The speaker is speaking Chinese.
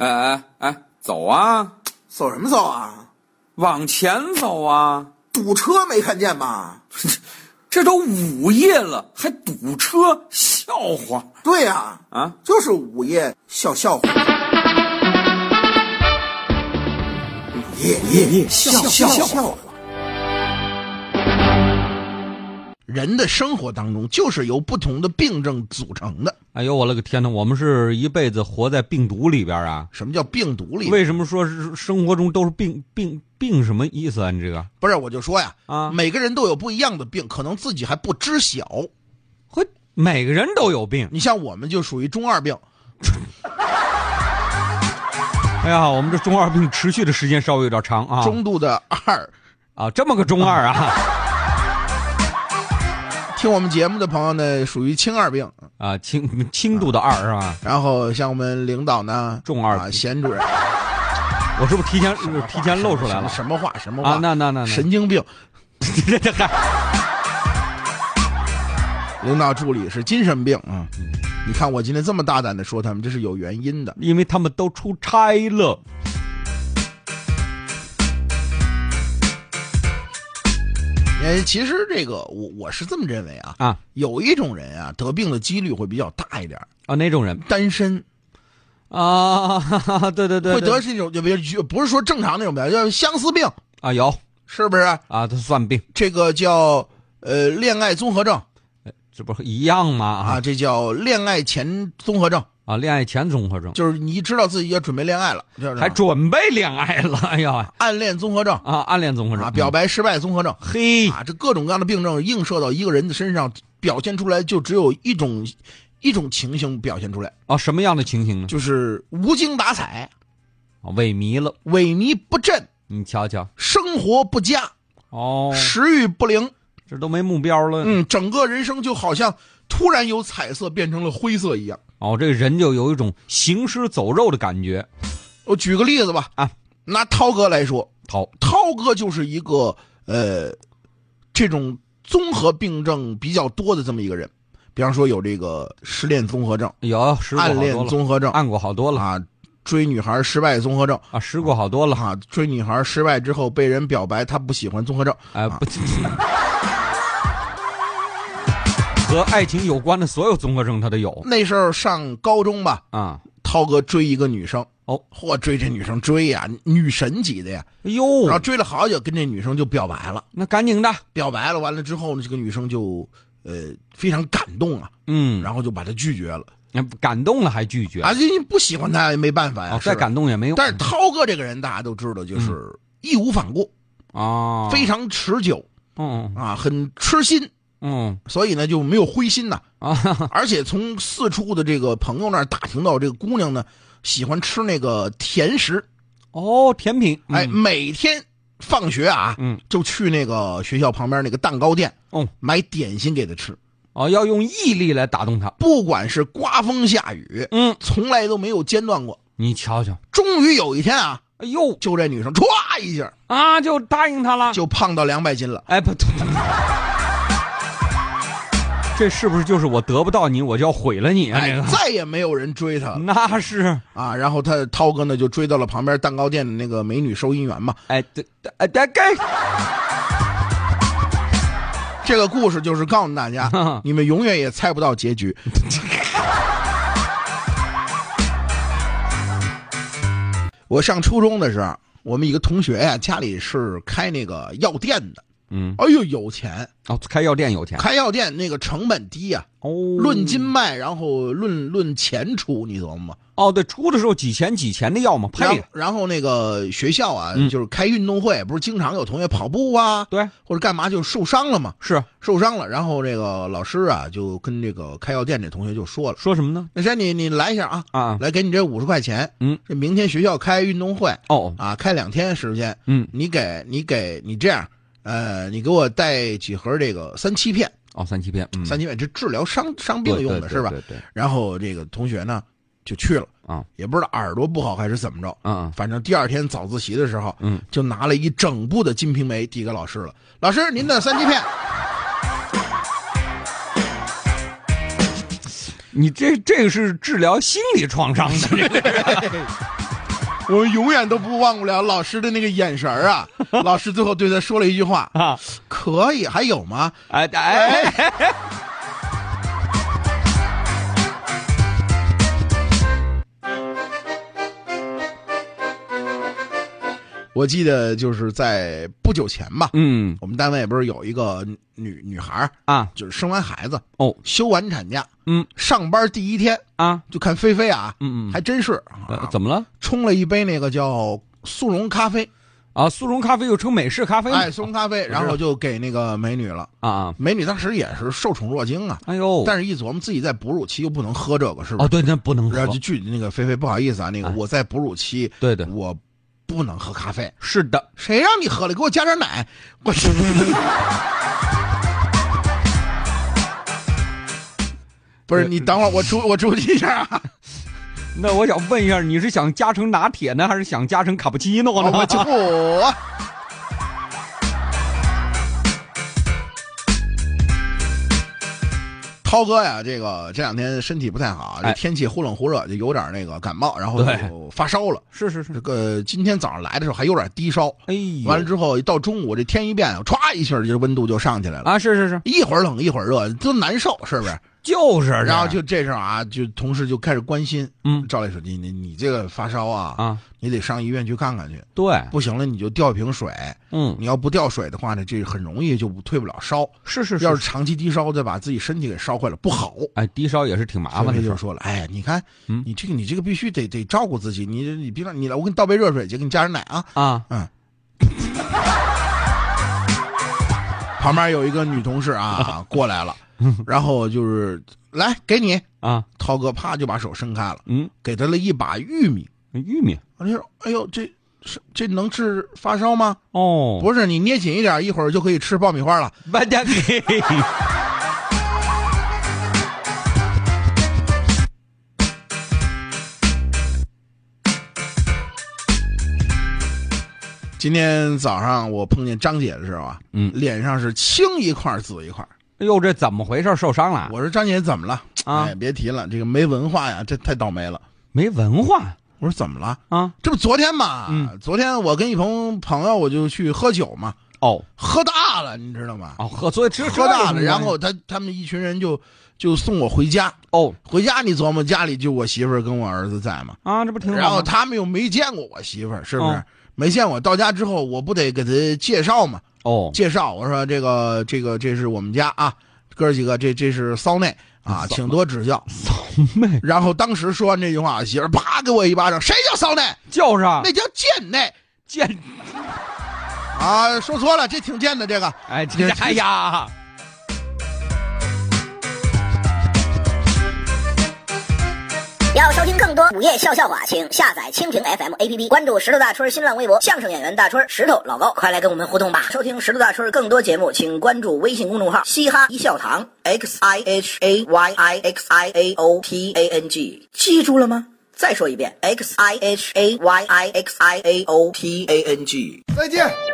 走啊！ 走什么走啊？ 往前走啊！ 堵车没看见吗？ 这都午夜了，还堵车，笑话！ 对呀，就是午夜笑话。夜笑话。 人的生活当中就是由不同的病症组成的。 哎呦，我勒个天哪！我们是一辈子活在病毒里边啊！ 什么叫病毒里边？ 为什么说是生活中都是病什么意思啊？你这个不是，我就说呀， 每个人都有不一样的病，可能自己还不知晓。 每个人都有病。 你像我们就属于中二病。 哎呀，我们这中二病持续的时间稍微有点长啊。 中度的二啊，这么个中二啊。 听我们节目的朋友呢，属于轻二病啊，轻度的二是吧？ 然后像我们领导呢， 重二贤主任， 我是不是提前露出来了？ 什么话啊？那神经病。 这还领导助理是精神病啊。你看我今天这么大胆的说他们，这是有原因的， 因为他们都出差了。 其实这个我是这么认为啊，有一种人啊得病的几率会比较大一点啊，哪种人？ 单身啊，对， 会得这种就比如不是说正常那种病，叫相思病啊，有是不是啊？它算病， 这个叫恋爱综合症， 这不是一样吗？ 啊，这叫恋爱前综合症。 啊，恋爱前综合症就是你知道自己要准备恋爱了， 还准备恋爱了，哎呀， 暗恋综合症啊，暗恋综合症啊，表白失败综合症， 嘿啊，这各种各样的病症映射到一个人的身上，表现出来就只有一种情形表现出来啊，什么样的情形呢？ 就是无精打采， 萎靡了， 萎靡不振， 你瞧瞧， 生活不佳，食欲不灵， 这都没目标了， 整个人生就好像突然由彩色变成了灰色一样。 这个人就有一种行尸走肉的感觉。 我举个例子吧，拿涛哥来说，涛哥就是一个这种综合病症比较多的这么一个人。比方说有这个失恋综合症， 有暗恋综合症， 按过好多了啊，追女孩失败综合症啊，试过好多了啊，追女孩失败之后被人表白他不喜欢综合症， 不。和爱情有关的所有综合症他都有。 那时候上高中吧，涛哥追一个女生，追这女生追呀，女神级的呀， 哎呦， 然后追了好久，跟这女生就表白了。 那赶紧的表白了，完了之后呢，这个女生就非常感动啊，然后就把他拒绝了。 感动了还拒绝啊？你不喜欢他也没办法呀， 再感动也没用。 但是涛哥这个人大家都知道，就是义无反顾啊， 非常持久，很痴心。所以呢就没有灰心呐而且从四处的这个朋友那儿打听到，这个姑娘呢喜欢吃那个甜食， 甜品， 每天放学啊，就去那个学校旁边那个蛋糕店，买点心给她吃， 要用毅力来打动她， 不管是刮风下雨，从来都没有间断过。 你瞧瞧， 终于有一天啊， 哎呦， 就这女生歘一下啊，就答应他了， 就胖到200斤了。 哎，不。这是不是就是我得不到你我就要毁了你啊？ 再也没有人追他了。 那是啊，然后涛哥呢就追到了旁边蛋糕店的那个美女收银员嘛。这个故事就是告诉大家，你们永远也猜不到结局。我上初中的时候，我们一个同学呀，家里是开那个药店的。哎呦，有钱开药店有钱， 开药店那个成本低呀，论斤卖，然后论钱出，你琢磨吗？ 对，出的时候几钱的药嘛，配。 然后那个学校啊，就是开运动会，不是经常有同学跑步啊， 对， 或者干嘛就受伤了嘛， 是受伤了，然后这个老师啊就跟这个开药店这同学就说了， 说什么呢？ 那谁你来一下啊，来给你这50块钱，这明天学校开运动会，开2天时间，你这样。你给我带几盒这个3七片 3七片 ，3七片这治疗伤病用的是吧？ 对。 然后这个同学呢就去了也不知道耳朵不好还是怎么着反正第2天早自习的时候就拿了一整部的《金瓶梅》递给老师了。老师，您的3七片。 你这个是治疗心理创伤的。 我们永远都不忘不了老师的那个眼神啊！老师最后对他说了一句话啊：“可以，还有吗？”我记得就是在不久前吧，我们单位不是有一个女孩啊，就是生完孩子休完产假，上班第一天啊，就看菲菲啊，还真是怎么了？ 冲了一杯那个叫速溶咖啡啊，速溶咖啡又称美式咖啡， 速溶咖啡，然后就给那个美女了啊，美女当时也是受宠若惊啊， 哎呦， 但是一琢磨自己在哺乳期又不能喝这个，是不是？ 哦，对，那不能喝。 然后就拒那个菲菲，不好意思啊，那个我在哺乳期， 对， 我不能喝咖啡。 是的， 谁让你喝了？给我加点奶。我不是你等会儿，我注意一下啊。 那我想问一下，你是想加成拿铁呢，还是想加成卡布奇诺呢？ 我就涛哥呀，这两天身体不太好，这天气忽冷忽热，就有点那个感冒，然后就发烧了。 是。 这个今天早上来的时候还有点低烧， 哎呦， 完了之后一到中午这天一变，歘一下这温度就上起来了啊！是， 一会儿冷一会儿热，都难受，是不是？ 就是， 然后就这时候啊，就同事就开始关心，赵磊说你这个发烧啊，你得上医院去看看去。 对， 不行了你就吊一瓶水，你要不吊水的话呢，这很容易就退不了烧。 是， 要是长期低烧，再把自己身体给烧坏了不好。 哎，低烧也是挺麻烦的。 就说了，哎，你看，你这个必须得照顾自己，你别让你来，我给你倒杯热水去，给你加点奶啊。旁边有一个女同事啊过来了。然后就是来给你啊，涛哥啪就把手伸开了，给他了一把玉米。我就说，哎呦，这能治发烧吗？哦，不是，你捏紧一点，一会儿就可以吃爆米花了。今天早上我碰见张姐的时候啊，脸上是青一块紫一块。 哎呦，这怎么回事？受伤了？ 我说张姐怎么了？哎，别提了，这个没文化呀，这太倒霉了。 没文化？ 我说怎么了？ 啊， 这不昨天嘛？昨天我跟一朋友我就去喝酒嘛。哦，喝大了，你知道吗？ 哦，喝大了，然后他们一群人就送我回家。哦，回家你琢磨家里就我媳妇儿跟我儿子在嘛？ 啊，这不挺好吗？ 然后他们又没见过我媳妇儿，是不是？没见我，到家之后我不得给他介绍嘛？介绍，我说这是我们家啊，哥几个这是骚内啊，请多指教。 骚内。 然后当时说完这句话，媳妇啪给我一巴掌，谁叫骚内？ 就是啊， 那叫贱内。 贱啊，说错了，这挺贱的这个。 哎呀。 要收听更多午夜笑笑话，请下载蜻蜓 FM APP， 关注石头大春新浪微博，相声演员大春、石头老高，快来跟我们互动吧！收听石头大春更多节目，请关注微信公众号嘻哈一笑堂 XIHAYIXIAOTANG， 记住了吗？再说一遍 XIHAYIXIAOTANG。 再见。